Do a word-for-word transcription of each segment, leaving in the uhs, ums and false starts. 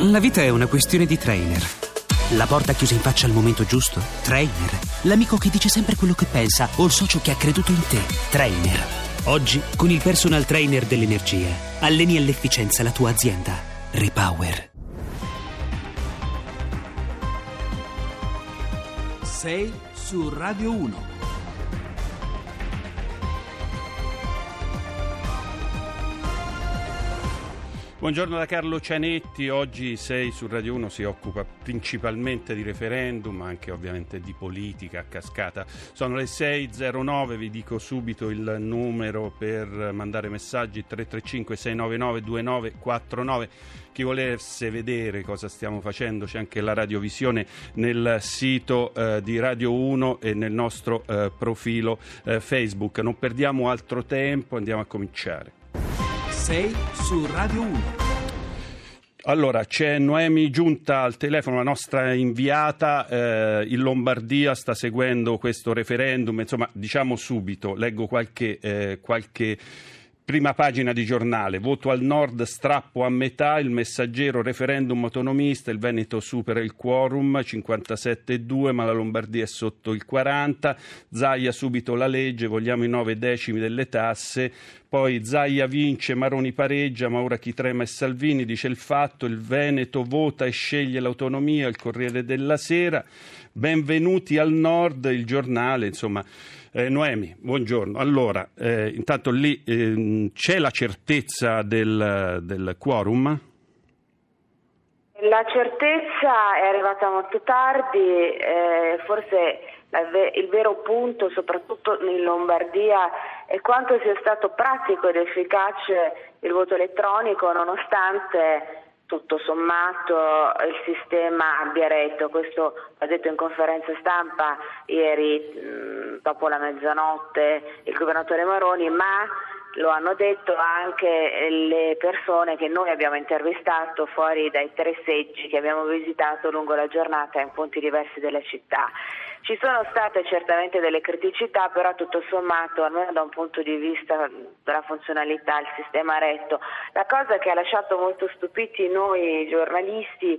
La vita è una questione di trainer. La porta chiusa in faccia al momento giusto? Trainer. L'amico che dice sempre quello che pensa o il socio che ha creduto in te? Trainer. Oggi, con il personal trainer dell'energia, alleni all'efficienza la tua azienda. Repower. sei su Radio uno. Buongiorno da Carlo Cianetti. Oggi sei su Radio uno si occupa principalmente di referendum, ma anche ovviamente di politica a cascata. Sono le sei e zero nove, vi dico subito il numero per mandare messaggi: tre tre cinque sei nove nove due nove quattro nove. Chi volesse vedere cosa stiamo facendo, c'è anche la radiovisione nel sito eh, di Radio uno e nel nostro eh, profilo eh, Facebook. Non perdiamo altro tempo, andiamo a cominciare. sei su Radio uno. Allora, c'è Noemi Giunta al telefono, la nostra inviata eh, in Lombardia, sta seguendo questo referendum. Insomma, diciamo subito, leggo qualche, eh, qualche prima pagina di giornale. Voto al nord, strappo a metà, il Messaggero, referendum autonomista, il Veneto supera il quorum, cinquantasette virgola due, ma la Lombardia è sotto il quaranta. Zaia subito la legge, vogliamo i nove decimi delle tasse. Poi Zaia vince, Maroni pareggia, ma ora chi trema è Salvini, dice il Fatto. Il Veneto vota e sceglie l'autonomia, il Corriere della Sera. Benvenuti al nord, il giornale, insomma. Eh, Noemi, buongiorno. Allora, eh, intanto lì eh, c'è la certezza del, del quorum? La certezza è arrivata molto tardi, eh, forse il vero punto, soprattutto in Lombardia, è quanto sia stato pratico ed efficace il voto elettronico, nonostante tutto sommato il sistema abbia retto. Questo ha detto in conferenza stampa ieri mh, dopo la mezzanotte il governatore Maroni, ma lo hanno detto anche le persone che noi abbiamo intervistato fuori dai tre seggi che abbiamo visitato lungo la giornata in punti diversi della città. Ci sono state certamente delle criticità, però tutto sommato, almeno da un punto di vista della funzionalità, il sistema ha retto. La cosa che ha lasciato molto stupiti noi giornalisti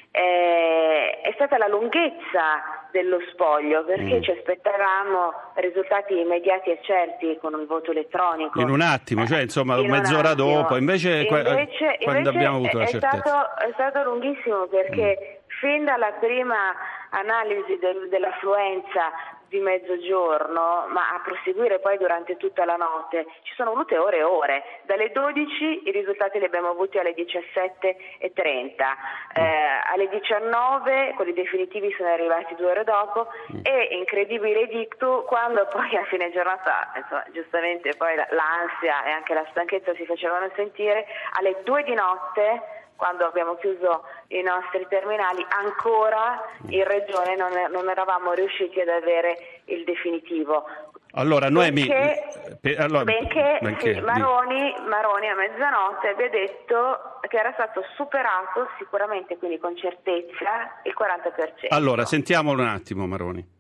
eh, è stata la lunghezza dello spoglio, perché mm. ci aspettavamo risultati immediati e certi con il voto elettronico. In un attimo, cioè insomma in mezz'ora dopo, invece, invece quando invece abbiamo avuto la è certezza? Stato, è stato lunghissimo, perché mm. fin dalla prima analisi del, dell'affluenza di mezzogiorno, ma a proseguire poi durante tutta la notte, ci sono volute ore e ore. Dalle dodici i risultati li abbiamo avuti alle diciassette e trenta, eh, alle diciannove quelli definitivi sono arrivati due ore dopo e incredibile dictu, quando poi a fine giornata, insomma, giustamente poi l'ansia e anche la stanchezza si facevano sentire, alle due di notte, quando abbiamo chiuso i nostri terminali, ancora in regione non, non eravamo riusciti ad avere il definitivo. Allora, Noemi, benché, per, allora, benché, benché sì, Maroni, Maroni a mezzanotte abbia detto che era stato superato sicuramente, quindi con certezza, il quaranta per cento. Allora, sentiamolo un attimo, Maroni.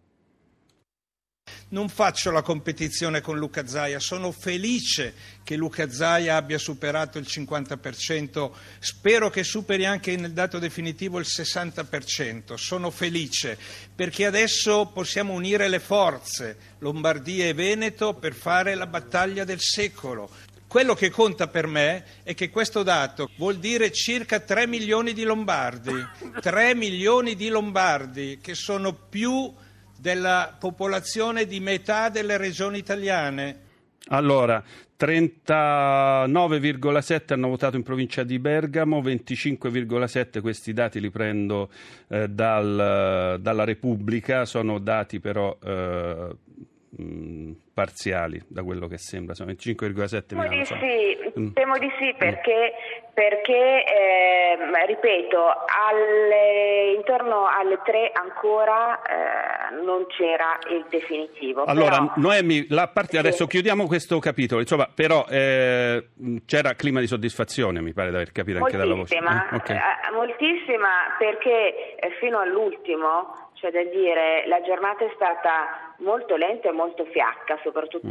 Non faccio la competizione con Luca Zaia, sono felice che Luca Zaia abbia superato il cinquanta per cento, spero che superi anche nel dato definitivo il sessanta per cento, sono felice perché adesso possiamo unire le forze, Lombardia e Veneto, per fare la battaglia del secolo. Quello che conta per me è che questo dato vuol dire circa tre milioni di lombardi, tre milioni di lombardi che sono più della popolazione di metà delle regioni italiane. Allora, trentanove virgola sette hanno votato in provincia di Bergamo, venticinque virgola sette, questi dati li prendo eh, dal, dalla Repubblica, sono dati però eh, mh, parziali da quello che sembra, sono venticinque virgola sette. Temo di sì, mm. temo di sì perché, perché eh, ripeto, alle, intorno alle tre ancora eh, non c'era il definitivo. Allora, però, Noemi, la parte, sì. adesso chiudiamo questo capitolo, insomma, però eh, c'era clima di soddisfazione, mi pare di aver capito anche dalla voce. Moltissima, eh, okay. eh, moltissima perché eh, fino all'ultimo, cioè da dire, la giornata è stata molto lenta e molto fiacca, soprattutto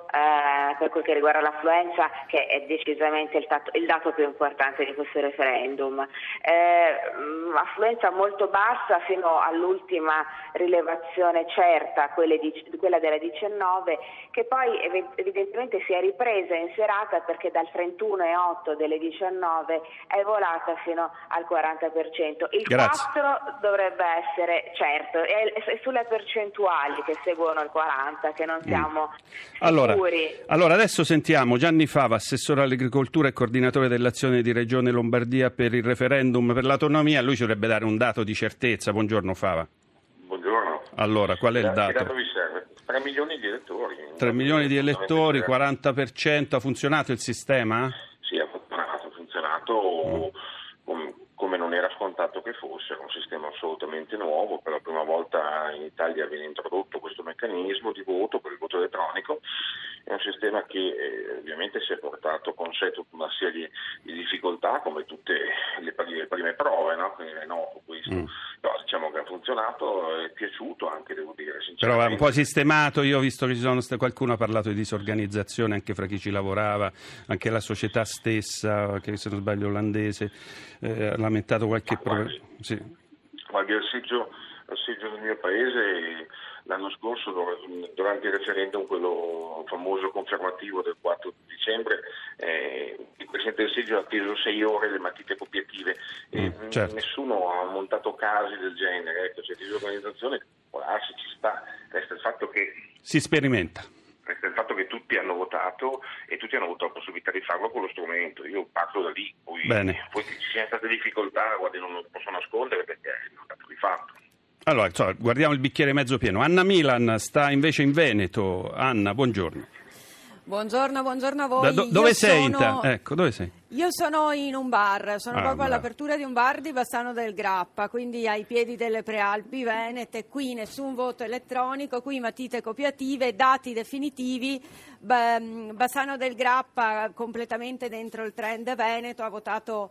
eh, per quel che riguarda l'affluenza, che è decisamente il, tato, il dato più importante di questo referendum. Eh, affluenza molto bassa fino all'ultima rilevazione certa, quelle di, quella della diciannove, che poi evidentemente si è ripresa in serata perché dal trentuno virgola otto delle diciannove è volata fino al quaranta per cento. Il Grazie. quattro dovrebbe essere certo, è, è sulle percentuali che seguono il quaranta che non siamo mm. allora, sicuri. Allora adesso sentiamo Gianni Fava, assessore all'agricoltura e coordinatore dell'azione di Regione Lombardia per il referendum per l'autonomia. Lui ci dovrebbe dare un dato di certezza. Buongiorno Fava. Buongiorno. Allora, qual è il dato? Che dato vi serve? tre milioni di elettori. tre milioni di elettori, quaranta per cento. Ha funzionato il sistema? Sì, ha funzionato, ha funzionato mm. com- come non era scontato che fosse, era un sistema assolutamente nuovo. Per la prima volta in Italia viene introdotto questo meccanismo di voto per il voto elettronico. È un sistema che eh, ovviamente si è portato con sé tutta una serie di difficoltà, come tutte le, le prime prove, no? Quindi è noto questo. Mm. Però diciamo che ha funzionato, è piaciuto anche, devo dire, sinceramente. Però è un po' sistemato, io ho visto che ci sono st- qualcuno ha parlato di disorganizzazione anche fra chi ci lavorava, anche la società stessa, che se non sbaglio olandese, eh, ha lamentato qualche problema. Sì. Guardi, il seggio, il seggio del mio paese l'anno scorso, durante il referendum, quello famoso confermativo del quattro dicembre, eh, il Presidente del seggio ha atteso sei ore le matite copiative e mm, certo. nessuno ha montato casi del genere. Ecco, c'è disorganizzazione, può darsi, ci sta, resta il fatto che si sperimenta. Resta il fatto che tutti hanno votato e tutti hanno avuto la possibilità di farlo con lo strumento. Io parto da lì, poi, poi che ci siano state difficoltà, guardi, non lo posso nascondere perché è un dato di fatto. Allora, cioè, guardiamo il bicchiere mezzo pieno. Anna Milan sta invece in Veneto. Anna, buongiorno. Buongiorno, buongiorno a voi. Da do- dove Io sei? sono... In ecco, dove sei? Io sono in un bar, sono ah, proprio bravo. all'apertura di un bar di Bassano del Grappa, quindi ai piedi delle Prealpi Venete. Qui nessun voto elettronico, qui matite copiative, dati definitivi. Bassano del Grappa completamente dentro il trend veneto, ha votato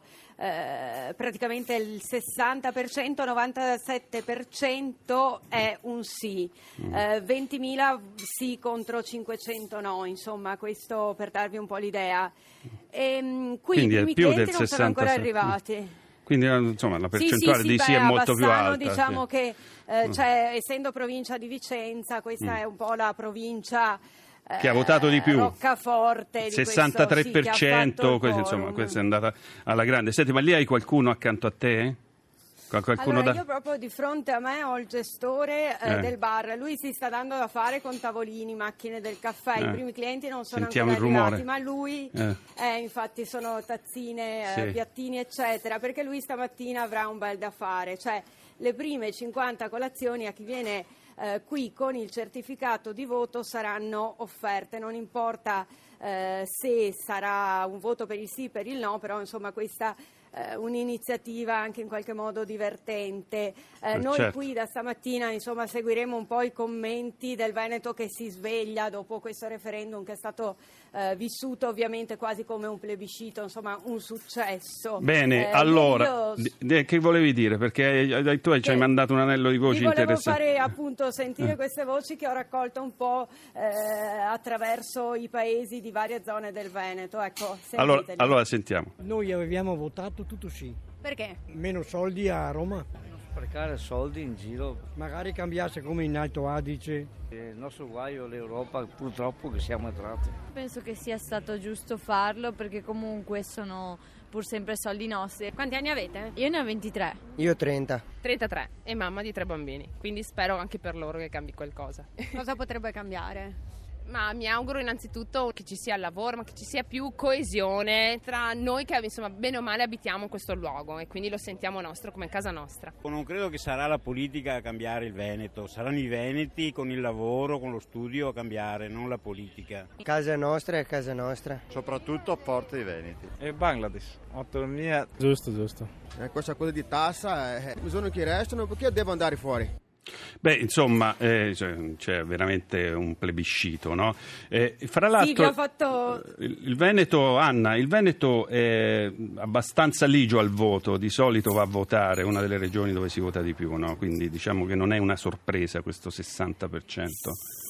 eh, praticamente il sessanta per cento, novantasette per cento è un sì, eh, ventimila sì contro cinquecento no, insomma, questo per darvi un po' l'idea. E, qui quindi i primi è più clienti del non sono ancora sessantasette. arrivati. Quindi insomma la percentuale sì, sì, di sì, sì beh, è molto Bassano, più alta. Diciamo sì. che eh, cioè, essendo provincia di Vicenza, questa mm. è un po' la provincia eh, che ha votato di più, roccaforte, sessantatré per cento, sì, questo, insomma, questa è andata alla grande. Senti, ma lì hai qualcuno accanto a te? Qualcuno allora da... io proprio di fronte a me ho il gestore eh, eh. del bar, lui si sta dando da fare con tavolini, macchine del caffè, eh. i primi clienti non sono Sentiamo ancora il arrivati, rumore. ma lui eh. Eh, infatti sono tazzine, sì. eh, piattini eccetera, perché lui stamattina avrà un bel da fare, cioè le prime cinquanta colazioni a chi viene eh, qui con il certificato di voto saranno offerte, non importa eh, se sarà un voto per il sì, per il no, però insomma questa un'iniziativa anche in qualche modo divertente. Eh, noi certo. qui da stamattina insomma seguiremo un po' i commenti del Veneto che si sveglia dopo questo referendum che è stato eh, vissuto ovviamente quasi come un plebiscito, insomma un successo. Bene, eh, allora io... d- che volevi dire? Perché tu ci hai mandato un anello di voci interessanti. Volevo fare appunto sentire eh. queste voci che ho raccolto un po' eh, attraverso i paesi di varie zone del Veneto. Ecco, allora, allora sentiamo. Noi avevamo votato tutto sì. Perché? Meno soldi a Roma. Non sprecare soldi in giro. Magari cambiasse come in Alto Adige. Il nostro guaio l'Europa purtroppo che siamo entrati. Penso che sia stato giusto farlo perché comunque sono pur sempre soldi nostri. Quanti anni avete? Io ne ho ventitré. Io trenta. trentatré e mamma di tre bambini, quindi spero anche per loro che cambi qualcosa. Cosa potrebbe cambiare? Ma mi auguro innanzitutto che ci sia lavoro, ma che ci sia più coesione tra noi che insomma bene o male abitiamo in questo luogo e quindi lo sentiamo nostro come casa nostra. Non credo che sarà la politica a cambiare il Veneto, saranno i veneti con il lavoro, con lo studio a cambiare, non la politica. Casa nostra è casa nostra. Soprattutto a Porta dei Veneti. E Bangladesh, autonomia. Giusto, giusto. Eh, questa cosa di tassa, eh, bisogna che restano perché devo andare fuori. Beh, insomma, eh, cioè, c'è veramente un plebiscito, no? Eh, fra l'altro, sì, che ho fatto... il, il Veneto, Anna, il Veneto è abbastanza ligio al voto, di solito va a votare, è una delle regioni dove si vota di più, no? Quindi diciamo che non è una sorpresa questo sessanta per cento. Sì,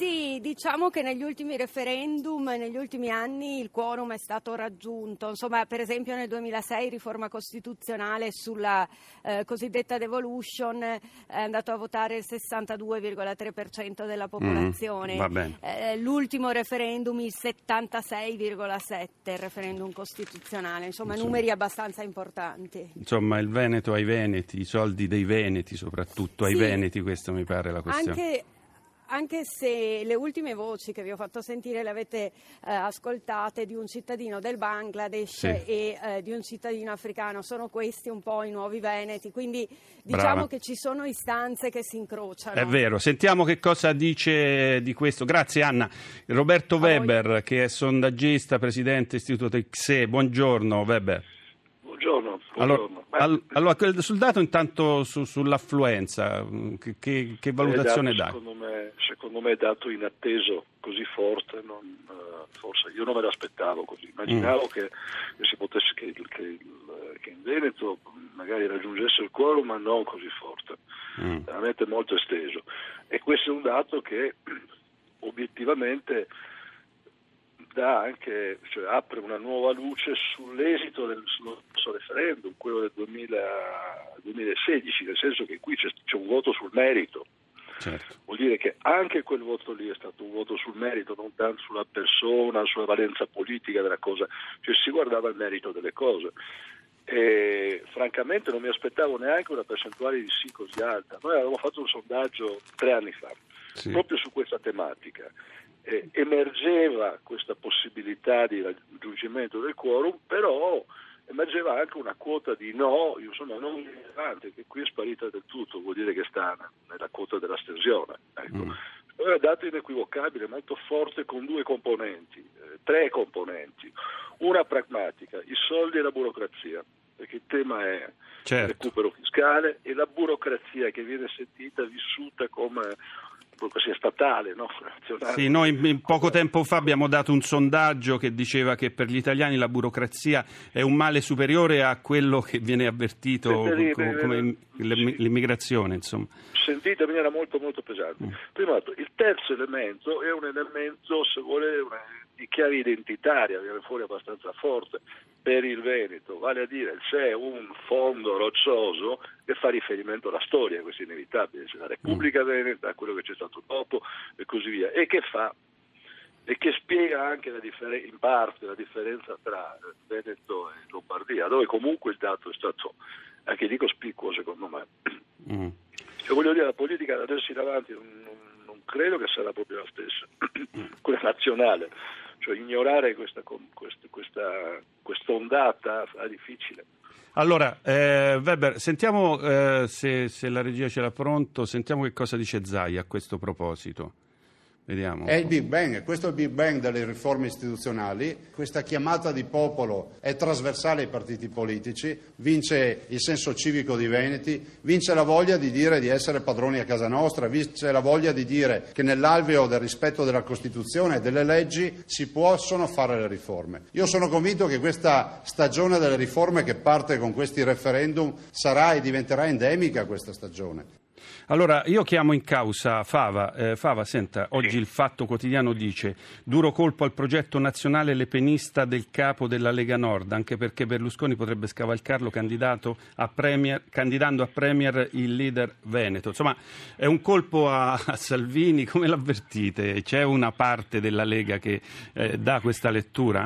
diciamo che negli ultimi referendum, negli ultimi anni il quorum è stato raggiunto. Insomma, per esempio nel duemilasei riforma costituzionale sulla eh, cosiddetta devolution è andato a votare il sessantadue virgola tre per cento della popolazione. Mm, va bene. Eh, l'ultimo referendum il settantasei virgola sette, il referendum costituzionale. Insomma, Insomma, numeri abbastanza importanti. Insomma, il Veneto ai Veneti, i soldi dei Veneti soprattutto, ai sì. Veneti, questo mi pare la questione. Anche... Anche se le ultime voci che vi ho fatto sentire le avete eh, ascoltate di un cittadino del Bangladesh sì. e eh, di un cittadino africano, sono questi un po' i nuovi veneti, quindi diciamo Brava. Che ci sono istanze che si incrociano. È vero, sentiamo che cosa dice di questo. Grazie Anna. Roberto Weber, che è sondaggista, presidente Istituto X E E, buongiorno Weber. Buongiorno. Allora, all, allora, sul dato intanto su, sull'affluenza, che, che, che valutazione dato, dà? Secondo me, secondo me è dato inatteso così forte, non, uh, forse io non me l'aspettavo così, immaginavo mm. che, che si potesse che, che, che in Veneto magari raggiungesse il quorum, ma non così forte, mm. veramente molto esteso. E questo è un dato che obiettivamente dà anche, cioè, apre una nuova luce sull'esito del suo referendum, quello del duemila, duemilasedici, nel senso che qui c'è, c'è un voto sul merito. Certo. Vuol dire che anche quel voto lì è stato un voto sul merito, non tanto sulla persona, sulla valenza politica della cosa, cioè si guardava il merito delle cose. E francamente non mi aspettavo neanche una percentuale di sì così alta. Noi avevamo fatto un sondaggio tre anni fa, sì. proprio su questa tematica. Eh, emergeva questa possibilità di raggiungimento del quorum, però emergeva anche una quota di no, insomma non rilevante, che qui è sparita del tutto, vuol dire che sta nella quota dell'astensione. Ecco. Mm. È un dato inequivocabile, molto forte, con due componenti, eh, tre componenti. Una pragmatica, i soldi e la burocrazia, perché il tema è certo. il recupero fiscale e la burocrazia che viene sentita, vissuta come burocrazia statale, no? Sì, noi in poco tempo fa abbiamo dato un sondaggio che diceva che per gli italiani la burocrazia è un male superiore a quello che viene avvertito come, come l'immigrazione, insomma. Sentita in maniera molto molto pesante. Mm. Prima, il terzo elemento è un elemento, se vuole, una, di chiave identitaria, viene fuori abbastanza forte per il Veneto, vale a dire c'è un fondo roccioso che fa riferimento alla storia, questo è inevitabile, c'è la Repubblica mm. Veneta, quello che c'è stato dopo e così via, e che fa e che spiega anche la differ- in parte la differenza tra Veneto e Lombardia, dove comunque il dato è stato, anche lì, cospicuo secondo me. Mm. Cioè, voglio dire, la politica da adesso in avanti non, non, non credo che sarà proprio la stessa, quella nazionale, cioè ignorare questa, questa, questa, questa ondata è difficile. Allora, eh, Weber, sentiamo eh, se, se la regia ce l'ha pronto, sentiamo che cosa dice Zaia a questo proposito. Vediamo. È il Big Bang, questo è il Big Bang delle riforme istituzionali, questa chiamata di popolo è trasversale ai partiti politici, vince il senso civico di Veneti, vince la voglia di dire di essere padroni a casa nostra, vince la voglia di dire che nell'alveo del rispetto della Costituzione e delle leggi si possono fare le riforme. Io sono convinto che questa stagione delle riforme che parte con questi referendum sarà e diventerà endemica questa stagione. Allora, io chiamo in causa Fava. Eh, Fava, senta, oggi il Fatto Quotidiano dice duro colpo al progetto nazionale lepenista del capo della Lega Nord, anche perché Berlusconi potrebbe scavalcarlo candidato a premier, candidando a premier il leader veneto. Insomma, è un colpo a, a Salvini, come l'avvertite? C'è una parte della Lega che eh, dà questa lettura?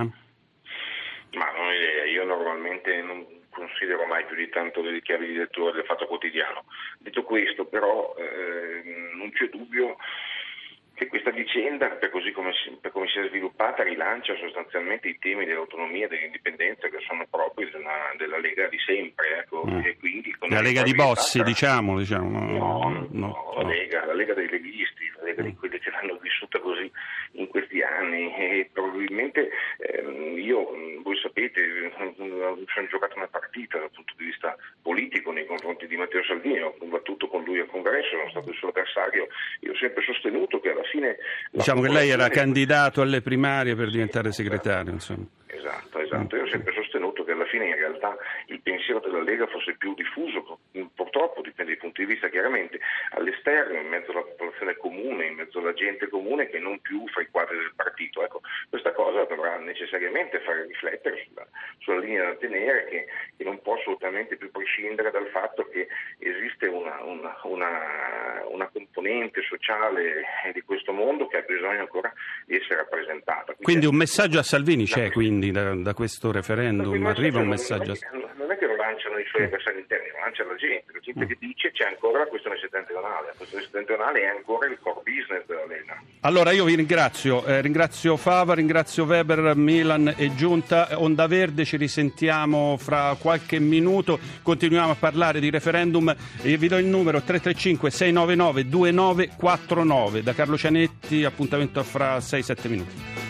Ma non ho idea, io normalmente non considero mai più di tanto le chiavi di lettura del Fatto Quotidiano. Detto questo, però, eh, non c'è dubbio che questa vicenda, per così come si, per come si è sviluppata, rilancia sostanzialmente i temi dell'autonomia e dell'indipendenza che sono propri della, della Lega di sempre. Ecco. Mm. E quindi con la Lega di Bossi, diciamo. diciamo no, no, no, no, la, Lega, la Lega dei leghisti, la Lega mm. di quelli che l'hanno vissuta così in questi anni. E probabilmente ehm, io, voi sapete, mi sono giocato una partita dal punto di vista politico nei confronti di Matteo Salvini, ho combattuto con lui al congresso, sono stato il suo avversario, io ho sempre sostenuto che alla fine... Diciamo che lei era candidato alle primarie per diventare segretario, insomma. Esatto, esatto, io ho sempre sostenuto che alla fine in realtà il pensiero della Lega fosse più diffuso, purtroppo dipende dai punti di vista chiaramente, all'esterno, in mezzo alla popolazione comune, in mezzo alla gente comune, che non più fra i quadri del partito. Ecco, questa cosa dovrà necessariamente fare riflettere sulla, sulla linea da tenere, che, che non può assolutamente più prescindere dal fatto che esiste una, una, una, una componente sociale di questo mondo che ha bisogno ancora di essere rappresentata. Quindi, quindi un messaggio a Salvini c'è quindi da, da questo referendum, arriva un messaggio. Non è che lo lanciano i suoi avversari interni, lo lancia la gente, la gente mm. che dice c'è ancora la questione settentrionale, la questione settentrionale è ancora il core business della Lega. Allora io vi ringrazio, eh, ringrazio Fava, ringrazio Weber, Milan e Giunta. Onda Verde, ci risentiamo fra qualche minuto, continuiamo a parlare di referendum e vi do il numero tre tre cinque sei nove nove due nove quattro nove. Da Carlo Cianetti, appuntamento fra sei sette minuti.